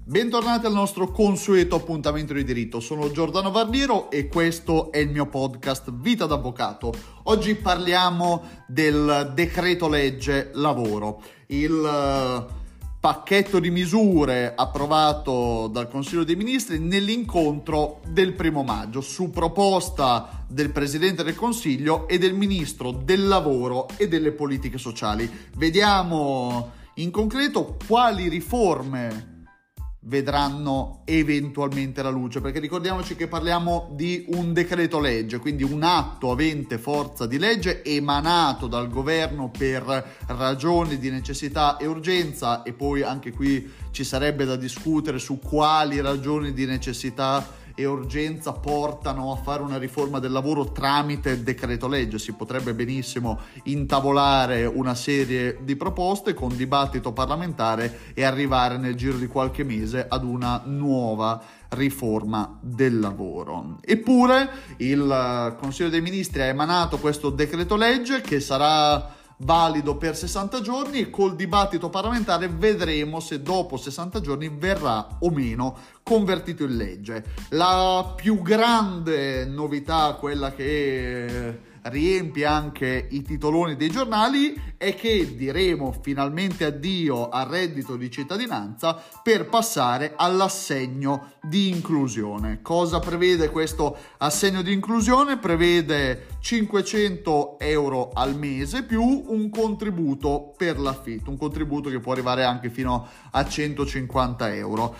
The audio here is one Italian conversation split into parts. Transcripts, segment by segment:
Bentornati al nostro consueto appuntamento di diritto. Sono Giordano Varniero e questo è il mio podcast Vita d'Avvocato. Oggi parliamo del decreto legge lavoro, il pacchetto di misure approvato dal Consiglio dei Ministri nell'incontro del 1 maggio su proposta del Presidente del Consiglio e del Ministro del Lavoro e delle Politiche Sociali. Vediamo in concreto quali riforme vedranno eventualmente la luce, perché ricordiamoci che parliamo di un decreto legge, quindi un atto avente forza di legge emanato dal governo per ragioni di necessità e urgenza, e poi anche qui ci sarebbe da discutere su quali ragioni di necessità e urgenza portano a fare una riforma del lavoro tramite decreto legge. Si potrebbe benissimo intavolare una serie di proposte con dibattito parlamentare e arrivare nel giro di qualche mese ad una nuova riforma del lavoro. Eppure il Consiglio dei Ministri ha emanato questo decreto legge che sarà valido per 60 giorni e col dibattito parlamentare vedremo se dopo 60 giorni verrà o meno convertito in legge. La più grande novità, quella che riempie anche i titoloni dei giornali, è che diremo finalmente addio al reddito di cittadinanza per passare all'assegno di inclusione. Cosa prevede questo assegno di inclusione? Prevede 500 euro al mese più un contributo per l'affitto, un contributo che può arrivare anche fino a 150 euro.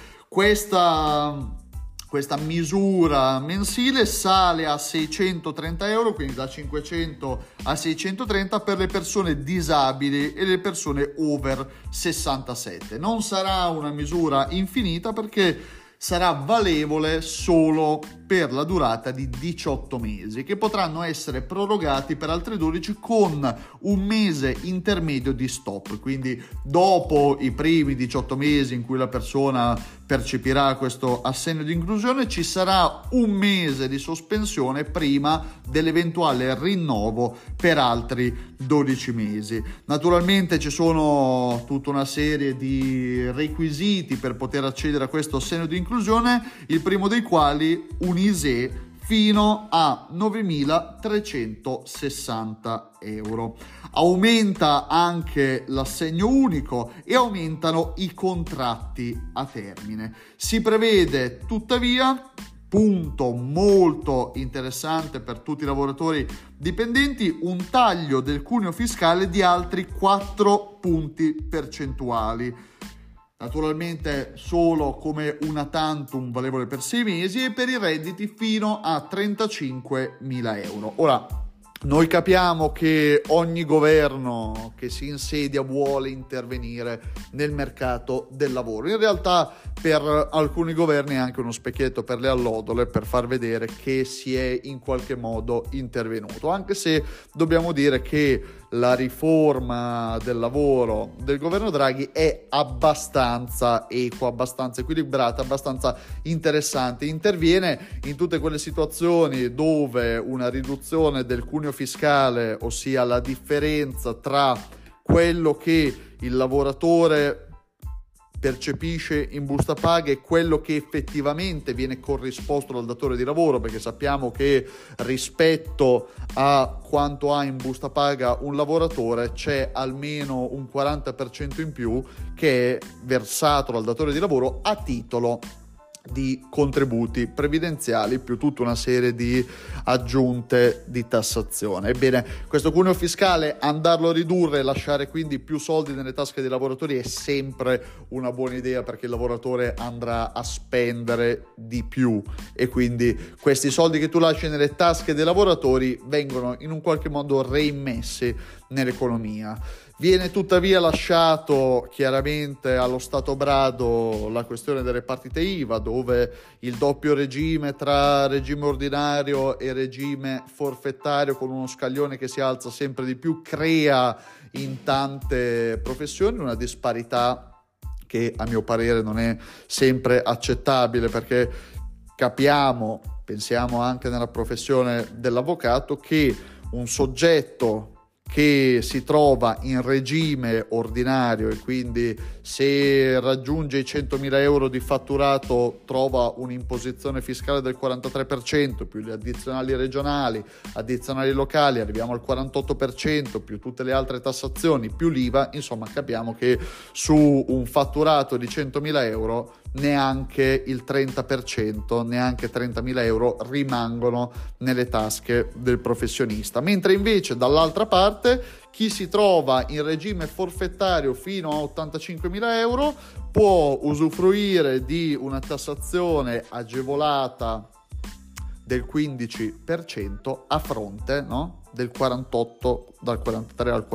Questa misura mensile sale a 630 euro, quindi da 500 a 630 per le persone disabili e le persone over 67. Non sarà una misura infinita perché sarà valevole solo per la durata di 18 mesi, che potranno essere prorogati per altri 12 con un mese intermedio di stop. Quindi dopo i primi 18 mesi in cui la persona percepirà questo assegno di inclusione ci sarà un mese di sospensione prima dell'eventuale rinnovo per altri 12 mesi. Naturalmente ci sono tutta una serie di requisiti per poter accedere a questo assegno di inclusione, il primo dei quali un ISEE fino a 9.360 euro. Aumenta anche l'assegno unico e aumentano i contratti a termine. Si prevede tuttavia, punto molto interessante per tutti i lavoratori dipendenti, un taglio del cuneo fiscale di altri 4 punti percentuali. Naturalmente solo come una tantum valevole per 6 mesi e per i redditi fino a 35.000 euro. Ora, noi capiamo che ogni governo che si insedia vuole intervenire nel mercato del lavoro. In realtà per alcuni governi è anche uno specchietto per le allodole per far vedere che si è in qualche modo intervenuto, anche se dobbiamo dire che la riforma del lavoro del governo Draghi è abbastanza equa, abbastanza equilibrata, abbastanza interessante. Interviene in tutte quelle situazioni dove una riduzione del cuneo fiscale, ossia la differenza tra quello che il lavoratore percepisce in busta paga e quello che effettivamente viene corrisposto dal datore di lavoro, perché sappiamo che rispetto a quanto ha in busta paga un lavoratore c'è almeno un 40% in più che è versato dal datore di lavoro a titolo di contributi previdenziali più tutta una serie di aggiunte di tassazione. Ebbene, questo cuneo fiscale, andarlo a ridurre e lasciare quindi più soldi nelle tasche dei lavoratori è sempre una buona idea, perché il lavoratore andrà a spendere di più e quindi questi soldi che tu lasci nelle tasche dei lavoratori vengono in un qualche modo reimmessi nell'economia. Viene tuttavia lasciato chiaramente allo stato brado la questione delle partite IVA, dove il doppio regime tra regime ordinario e regime forfettario, con uno scaglione che si alza sempre di più, crea in tante professioni una disparità che a mio parere non è sempre accettabile, perché pensiamo anche nella professione dell'avvocato, che un soggetto che si trova in regime ordinario e quindi se raggiunge i 100.000 euro di fatturato trova un'imposizione fiscale del 43% più gli addizionali regionali, addizionali locali, arriviamo al 48% più tutte le altre tassazioni più l'IVA, insomma capiamo che su un fatturato di 100.000 euro neanche il 30%, neanche 30.000 euro rimangono nelle tasche del professionista, mentre invece dall'altra parte chi si trova in regime forfettario fino a 85.000 euro può usufruire di una tassazione agevolata del 15% a fronte, no? Del 48, dal 43 al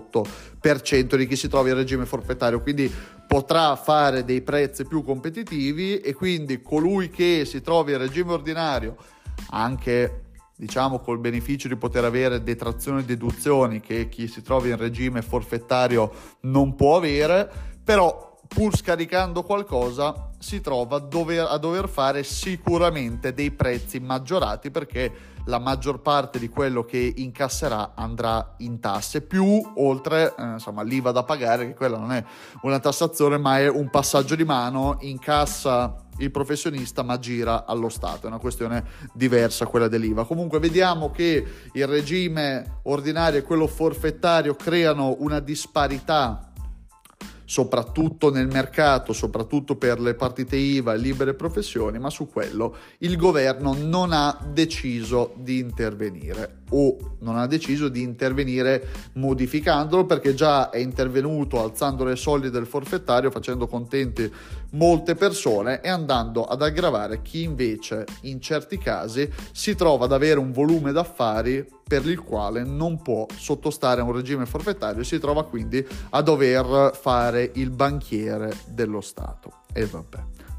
48% di chi si trova in regime forfettario, quindi potrà fare dei prezzi più competitivi e quindi colui che si trova in regime ordinario, anche diciamo col beneficio di poter avere detrazioni e deduzioni che chi si trova in regime forfettario non può avere, però pur scaricando qualcosa si trova a dover fare sicuramente dei prezzi maggiorati, perché la maggior parte di quello che incasserà andrà in tasse, più oltre l'IVA da pagare, che quella non è una tassazione ma è un passaggio di mano, incassa il professionista ma gira allo Stato, è una questione diversa quella dell'IVA. Comunque vediamo che il regime ordinario e quello forfettario creano una disparità soprattutto nel mercato, soprattutto per le partite IVA e libere professioni, ma su quello il governo non ha deciso di intervenire, o non ha deciso di intervenire modificandolo, perché già è intervenuto alzando le soglie del forfettario, facendo contenti molte persone e andando ad aggravare chi invece in certi casi si trova ad avere un volume d'affari per il quale non può sottostare a un regime forfettario e si trova quindi a dover fare il banchiere dello Stato. E vabbè.